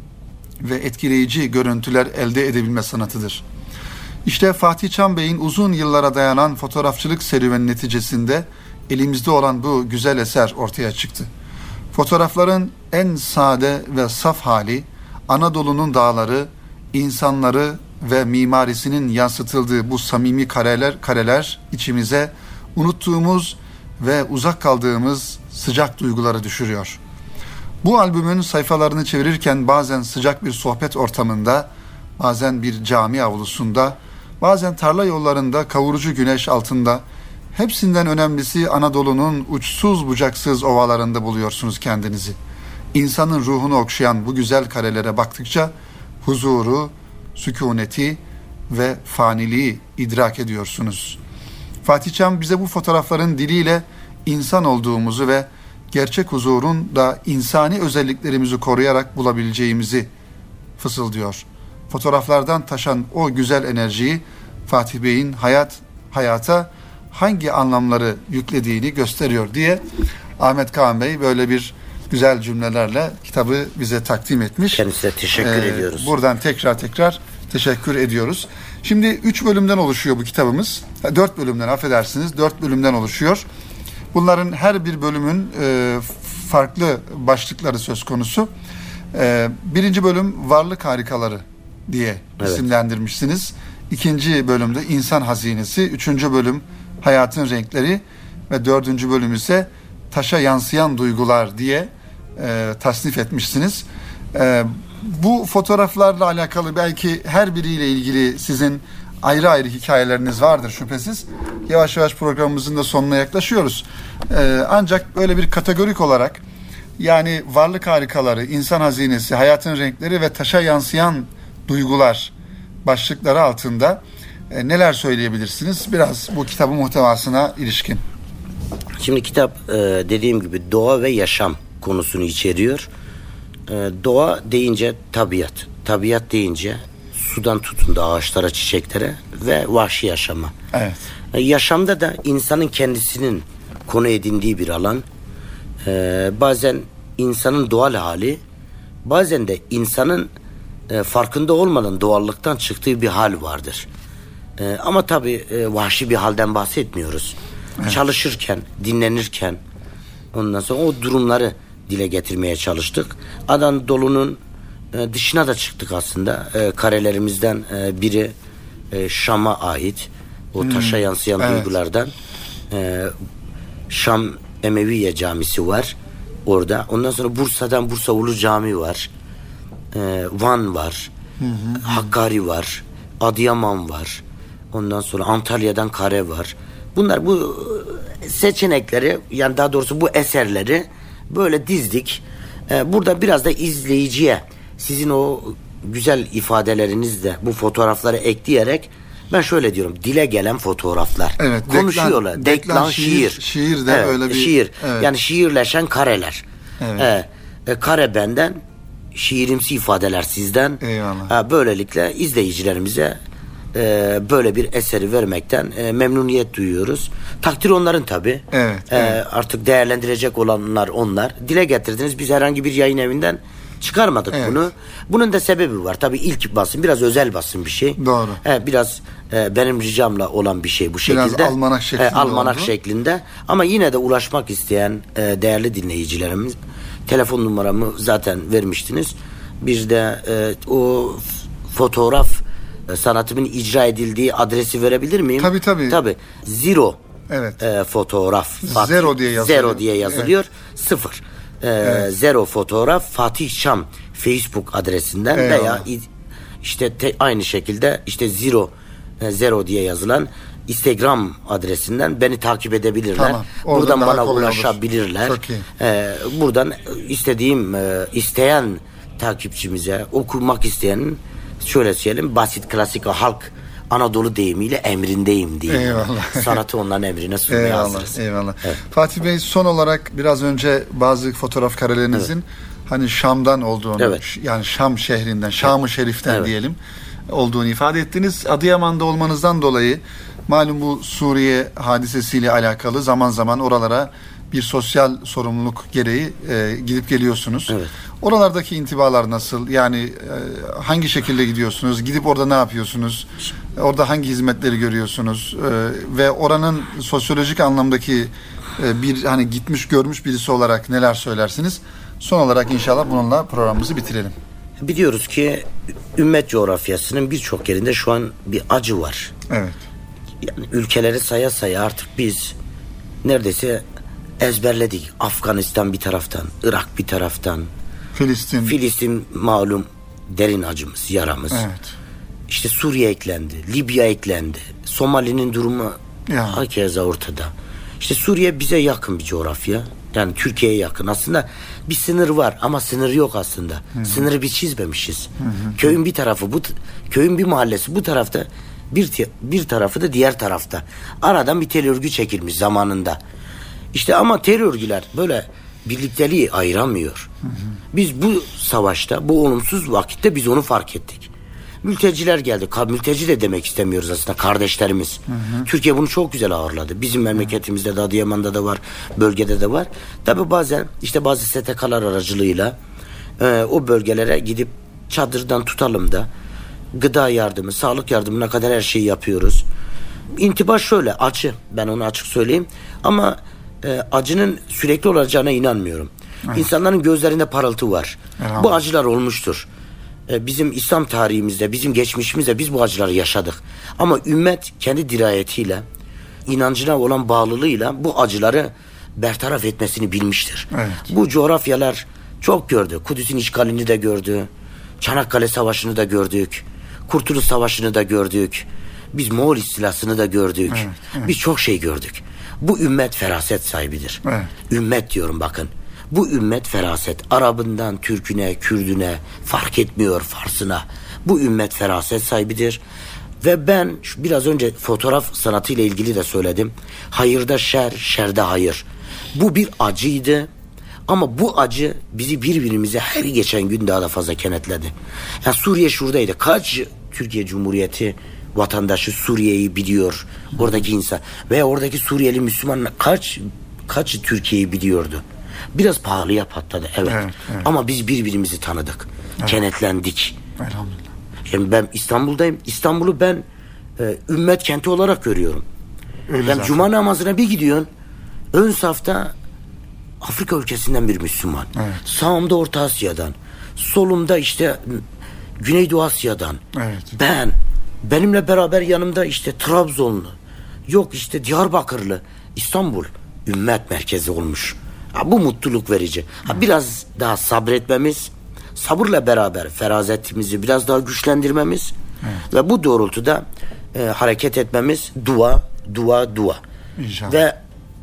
ve etkileyici görüntüler elde edebilme sanatıdır. İşte Fatih Çam Bey'in uzun yıllara dayanan fotoğrafçılık serüveni neticesinde elimizde olan bu güzel eser ortaya çıktı. Fotoğrafların en sade ve saf hali, Anadolu'nun dağları, insanları ve mimarisinin yansıtıldığı bu samimi kareler, kareler içimize unuttuğumuz ve uzak kaldığımız sıcak duyguları düşürüyor. Bu albümün sayfalarını çevirirken bazen sıcak bir sohbet ortamında, bazen bir cami avlusunda, bazen tarla yollarında kavurucu güneş altında, hepsinden önemlisi Anadolu'nun uçsuz bucaksız ovalarında buluyorsunuz kendinizi. İnsanın ruhunu okşayan bu güzel karelere baktıkça huzuru, sükuneti ve faniliği idrak ediyorsunuz. Fatih Çam bize bu fotoğrafların diliyle insan olduğumuzu ve gerçek huzurun da insani özelliklerimizi koruyarak bulabileceğimizi fısıldıyor. Fotoğraflardan taşan o güzel enerjiyi Fatih Bey'in hayat hayata hangi anlamları yüklediğini gösteriyor diye Ahmet Kaan Bey böyle bir güzel cümlelerle kitabı bize takdim etmiş. Kendisine teşekkür ee, ediyoruz. Buradan tekrar tekrar teşekkür ediyoruz. Şimdi üç bölümden oluşuyor bu kitabımız. Dört bölümden, affedersiniz. Dört bölümden oluşuyor. Bunların her bir bölümün e, farklı başlıkları söz konusu. E, birinci bölüm varlık harikaları diye evet. isimlendirmişsiniz. İkinci bölümde insan hazinesi. Üçüncü bölüm hayatın renkleri. Ve dördüncü bölüm ise taşa yansıyan duygular diye e, tasnif etmişsiniz. E, bu fotoğraflarla alakalı belki her biriyle ilgili sizin ayrı ayrı hikayeleriniz vardır şüphesiz. Yavaş yavaş programımızın da sonuna yaklaşıyoruz. E, ancak böyle bir kategorik olarak yani varlık harikaları, insan hazinesi, hayatın renkleri ve taşa yansıyan duygular başlıkları altında e, neler söyleyebilirsiniz? Biraz bu kitabın muhtevasına ilişkin. Şimdi kitap e, dediğim gibi doğa ve yaşam konusunu içeriyor. E, doğa deyince tabiat, tabiat deyince sudan tutun da ağaçlara, çiçeklere ve vahşi yaşama. Evet. E, yaşamda da insanın kendisinin konu edindiği bir alan. E, bazen insanın doğal hali, bazen de insanın e, farkında olmadan doğallıktan çıktığı bir hal vardır. E, ama tabii e, vahşi bir halden bahsetmiyoruz. Evet. Çalışırken, dinlenirken ondan sonra o durumları dile getirmeye çalıştık. Anadolu'nun e, dışına da çıktık aslında. E, karelerimizden e, biri e, Şam'a ait. O hmm. taşa yansıyan evet. duygulardan. E, Şam Emeviye Camisi var orada. Ondan sonra Bursa'dan Bursa Ulu Cami var. E, Van var. Hı hı. Hakkari var. Adıyaman var. Ondan sonra Antalya'dan Kare var. Bunlar bu seçenekleri yani daha doğrusu bu eserleri böyle dizdik. Ee, burada biraz da izleyiciye sizin o güzel ifadelerinizle bu fotoğrafları ekleyerek ben şöyle diyorum dile gelen fotoğraflar. Evet, konuşuyorlar. Deklan, deklan, deklan şiir. şiir. Şiir de evet, öyle bir şiir. Evet. Yani şiirleşen kareler. Evet. Ee, e, kare benden, şiirimsi ifadeler sizden. Eyvallah. Ee, böylelikle izleyicilerimize Ee, böyle bir eseri vermekten e, memnuniyet duyuyoruz. Takdir onların tabii. Evet, ee, evet. Artık değerlendirecek olanlar onlar. Dile getirdiniz. Biz herhangi bir yayın evinden çıkarmadık evet. bunu. Bunun da sebebi var. Tabii ilk basın biraz özel basın bir şey. Doğru. Ee, biraz e, benim ricamla olan bir şey bu şekilde. Biraz almanak şeklinde. E, almanak şeklinde. Ama yine de ulaşmak isteyen e, değerli dinleyicilerimiz telefon numaramı zaten vermiştiniz. Bir de e, o fotoğraf sanatımın icra edildiği adresi verebilir miyim? Tabii tabii. Tabii. Zero. Evet. E, fotoğraf. Fatih, Zero diye yazılıyor. Zero diye yazılıyor. Evet. Sıfır. E, evet. Zero fotoğraf Fatih Şam Facebook adresinden Eyvallah. Veya işte te, aynı şekilde işte Zero e, Zero diye yazılan Instagram adresinden beni takip edebilirler. Tamam. Buradan bana ulaşabilirler. E, buradan istediğim e, isteyen takipçimize okumak isteyenin şöyle söyleyelim basit klasik halk Anadolu deyimiyle emrindeyim diyeyim. Eyvallah. Sanatı onların emrine sunmaya eyvallah, hazırız. Eyvallah. Evet. Fatih Bey son olarak biraz önce bazı fotoğraf karelerinizin evet. hani Şam'dan olduğunu evet. yani Şam şehrinden Şam-ı Şerif'ten evet. diyelim olduğunu ifade ettiniz. Adıyaman'da olmanızdan dolayı malum bu Suriye hadisesiyle alakalı zaman zaman oralara bir sosyal sorumluluk gereği e, gidip geliyorsunuz. Evet. Oralardaki intibalar nasıl? Yani e, hangi şekilde gidiyorsunuz? Gidip orada ne yapıyorsunuz? Orada hangi hizmetleri görüyorsunuz? E, ve oranın sosyolojik anlamdaki e, bir hani gitmiş görmüş birisi olarak neler söylersiniz? Son olarak inşallah bununla programımızı bitirelim. Biliyoruz ki ümmet coğrafyasının birçok yerinde şu an bir acı var. Evet. Yani ülkeleri saya saya artık biz neredeyse ezberledik. Afganistan bir taraftan, Irak bir taraftan, Filistin. Filistin malum derin acımız, yaramız. Evet. İşte Suriye eklendi, Libya eklendi. Somali'nin durumu ya. Hakeza ortada. İşte Suriye bize yakın bir coğrafya. Yani Türkiye'ye yakın. Aslında bir sınır var ama sınır yok aslında. Hı-hı. Sınırı biz çizmemişiz. Hı-hı. Köyün bir tarafı bu, köyün bir mahallesi bu tarafta, bir bir tarafı da diğer tarafta. Aradan bir tel örgü çekilmiş zamanında. İşte ama terör örgüler böyle birlikteliği ayıramıyor. Hı hı. Biz bu savaşta, bu olumsuz vakitte biz onu fark ettik. Mülteciler geldi. Mülteci de demek istemiyoruz aslında. Kardeşlerimiz. Hı hı. Türkiye bunu çok güzel ağırladı. Bizim memleketimizde de, Adıyaman'da da var. Bölgede de var. Tabi bazen işte bazı S T K'lar aracılığıyla e, o bölgelere gidip çadırdan tutalım da gıda yardımı, sağlık yardımına kadar her şeyi yapıyoruz. İntiba şöyle, acı. Ben onu açık söyleyeyim. Ama e, acının sürekli olacağına inanmıyorum. Evet. İnsanların gözlerinde parıltı var. Bu acılar olmuştur. E, bizim İslam tarihimizde, bizim geçmişimizde biz bu acıları yaşadık. Ama ümmet kendi dirayetiyle, inancına olan bağlılığıyla bu acıları bertaraf etmesini bilmiştir. Evet. Bu coğrafyalar çok gördü. Kudüs'ün işgalini de gördü. Çanakkale Savaşı'nı da gördük. Kurtuluş Savaşı'nı da gördük. Biz Moğol istilasını da gördük. Evet, evet. Biz çok şey gördük. Bu ümmet feraset sahibidir. Evet. Ümmet diyorum bakın. Bu ümmet feraset. Arabından Türküne, Kürdüne, fark etmiyor Farsına. Bu ümmet feraset sahibidir. Ve ben biraz önce fotoğraf sanatıyla ilgili de söyledim. Hayırda şer, şerde hayır. Bu bir acıydı. Ama bu acı bizi birbirimize her geçen gün daha da fazla kenetledi. Yani Suriye şuradaydı. Kaç Türkiye Cumhuriyeti vatandaşı Suriye'yi biliyor. Oradaki insan veya oradaki Suriyeli Müslümanlar kaç kaç Türkiye'yi biliyordu. Biraz pahalıya patladı evet. Evet, evet. Ama biz birbirimizi tanıdık. Evet. Kenetlendik. Elhamdülillah. Yani ben İstanbul'dayım. İstanbul'u ben e, ümmet kenti olarak görüyorum. Öyle yani cuma namazına bir gidiyorsun. Ön safta Afrika ülkesinden bir Müslüman. Evet. Sağımda Orta Asya'dan. Solumda işte Güneydoğu Asya'dan. Evet. Ben benimle beraber yanımda işte Trabzonlu. Yok işte Diyarbakırlı. İstanbul ümmet merkezi olmuş. Ha, bu mutluluk verici. Ha, biraz daha sabretmemiz, sabırla beraber ferasetimizi biraz daha güçlendirmemiz evet. ve bu doğrultuda e, hareket etmemiz dua, dua, dua. İnşallah. Ve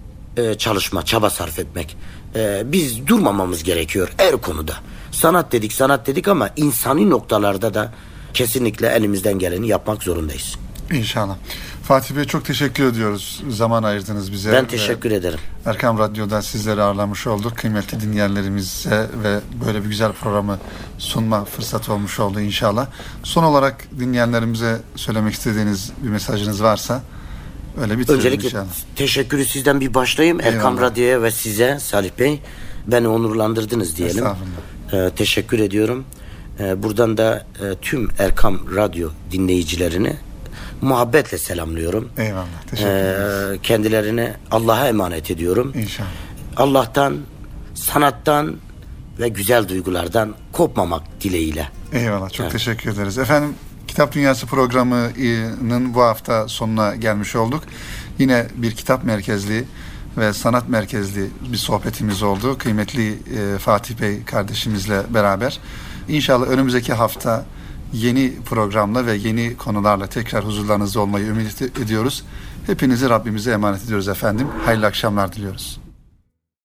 e, çalışma, çaba sarf etmek. E, biz durmamamız gerekiyor her konuda. Sanat dedik, sanat dedik ama insani noktalarda da kesinlikle elimizden geleni yapmak zorundayız. İnşallah. Fatih Bey çok teşekkür ediyoruz. Zaman ayırdınız bize. Ben teşekkür ederim. Erkam Radyo'da sizleri ağırlamış olduk. Kıymetli dinleyenlerimize ve böyle bir güzel programı sunma fırsatı olmuş oldu inşallah. Son olarak dinleyenlerimize söylemek istediğiniz bir mesajınız varsa öyle bitirelim Öncelikle inşallah. Teşekkürü sizden bir başlayayım. Eyvallah. Erkam Radyo'ya ve size Salih Bey beni onurlandırdınız diyelim. Ee, teşekkür ediyorum. Ee, buradan da e, tüm Erkam Radyo dinleyicilerini muhabbetle selamlıyorum. Eyvallah. Teşekkür ederiz. Ee, kendilerini Allah'a emanet ediyorum. İnşallah. Allah'tan, sanattan ve güzel duygulardan kopmamak dileğiyle. Eyvallah. Çok evet. teşekkür ederiz. Efendim Kitap Dünyası programının bu hafta sonuna gelmiş olduk. Yine bir kitap merkezli ve sanat merkezli bir sohbetimiz oldu. Kıymetli e, Fatih Bey kardeşimizle beraber. İnşallah önümüzdeki hafta yeni programla ve yeni konularla tekrar huzurlarınızda olmayı ümit ediyoruz. Hepinizi Rabbimize emanet ediyoruz efendim. Hayırlı akşamlar diliyoruz.